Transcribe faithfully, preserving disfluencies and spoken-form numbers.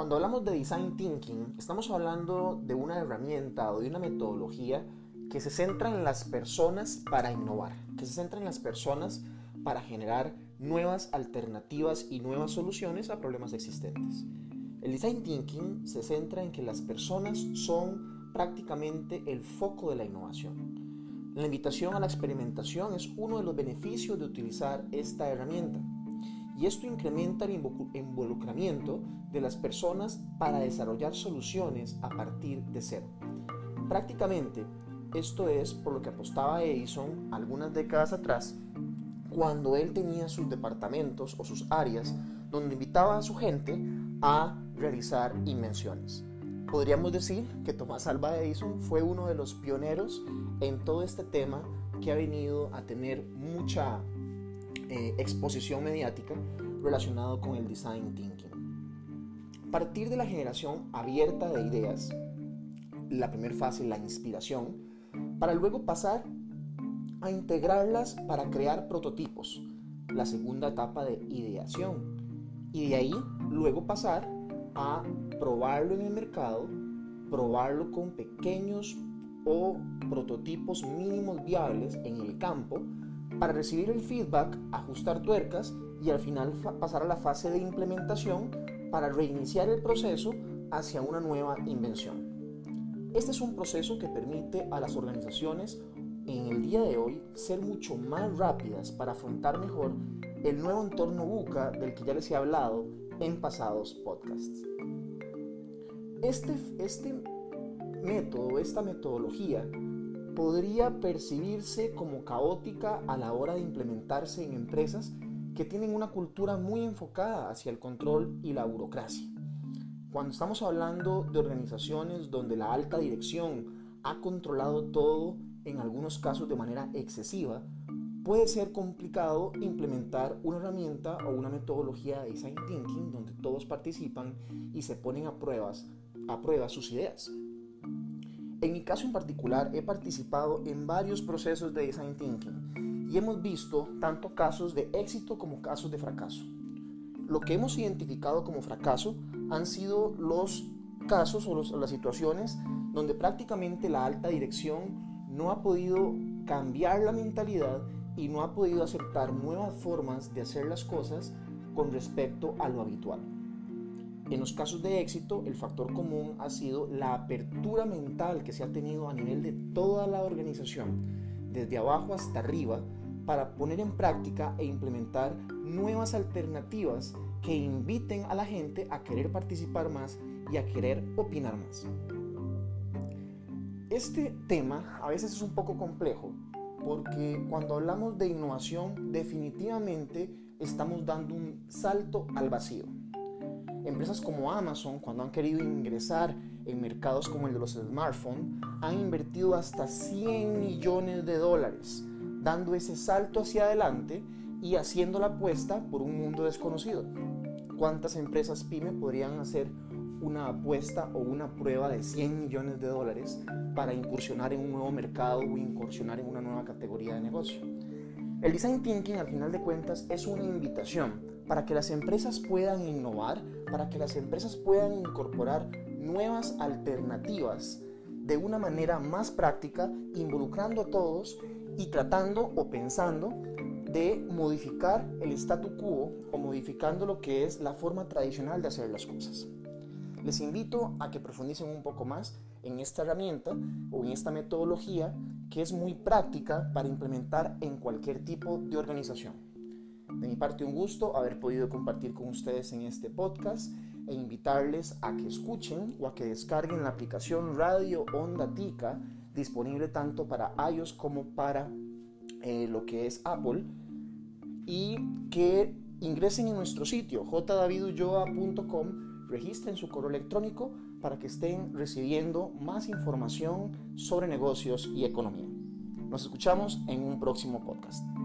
Cuando hablamos de Design Thinking, estamos hablando de una herramienta o de una metodología que se centra en las personas para innovar, que se centra en las personas para generar nuevas alternativas y nuevas soluciones a problemas existentes. El Design Thinking se centra en que las personas son prácticamente el foco de la innovación. La invitación a la experimentación es uno de los beneficios de utilizar esta herramienta. Y esto incrementa el involucramiento de las personas para desarrollar soluciones a partir de cero. Prácticamente, esto es por lo que apostaba Edison algunas décadas atrás, cuando él tenía sus departamentos o sus áreas donde invitaba a su gente a realizar invenciones. Podríamos decir que Thomas Alva Edison fue uno de los pioneros en todo este tema que ha venido a tener mucha Eh, exposición mediática relacionado con el Design Thinking. A partir de la generación abierta de ideas, la primera fase, la inspiración, para luego pasar a integrarlas para crear prototipos, la segunda etapa de ideación, y de ahí luego pasar a probarlo en el mercado, probarlo con pequeños o prototipos mínimos viables en el campo, para recibir el feedback, ajustar tuercas y al final fa- pasar a la fase de implementación para reiniciar el proceso hacia una nueva invención. Este es un proceso que permite a las organizaciones en el día de hoy ser mucho más rápidas para afrontar mejor el nuevo entorno VUCA del que ya les he hablado en pasados podcasts. Este, este método, esta metodología, podría percibirse como caótica a la hora de implementarse en empresas que tienen una cultura muy enfocada hacia el control y la burocracia. Cuando estamos hablando de organizaciones donde la alta dirección ha controlado todo, en algunos casos de manera excesiva, puede ser complicado implementar una herramienta o una metodología de Design Thinking donde todos participan y se ponen a, pruebas, a prueba sus ideas. En mi caso en particular he participado en varios procesos de Design Thinking y hemos visto tanto casos de éxito como casos de fracaso. Lo que hemos identificado como fracaso han sido los casos o, los, o las situaciones donde prácticamente la alta dirección no ha podido cambiar la mentalidad y no ha podido aceptar nuevas formas de hacer las cosas con respecto a lo habitual. En los casos de éxito, el factor común ha sido la apertura mental que se ha tenido a nivel de toda la organización, desde abajo hasta arriba, para poner en práctica e implementar nuevas alternativas que inviten a la gente a querer participar más y a querer opinar más. Este tema a veces es un poco complejo, porque cuando hablamos de innovación, definitivamente estamos dando un salto al vacío. Empresas como Amazon, cuando han querido ingresar en mercados como el de los smartphones, han invertido hasta cien millones de dólares, dando ese salto hacia adelante y haciendo la apuesta por un mundo desconocido. ¿Cuántas empresas pyme podrían hacer una apuesta o una prueba de cien millones de dólares para incursionar en un nuevo mercado o incursionar en una nueva categoría de negocio? El Design Thinking, al final de cuentas, es una invitación para que las empresas puedan innovar, para que las empresas puedan incorporar nuevas alternativas de una manera más práctica, involucrando a todos y tratando o pensando de modificar el statu quo o modificando lo que es la forma tradicional de hacer las cosas. Les invito a que profundicen un poco más en esta herramienta o en esta metodología que es muy práctica para implementar en cualquier tipo de organización. De mi parte, un gusto haber podido compartir con ustedes en este podcast e invitarles a que escuchen o a que descarguen la aplicación Radio Onda Tica, disponible tanto para iOS como para eh, lo que es Apple, y que ingresen en nuestro sitio j david ulloa punto com, registren su correo electrónico para que estén recibiendo más información sobre negocios y economía. Nos escuchamos en un próximo podcast.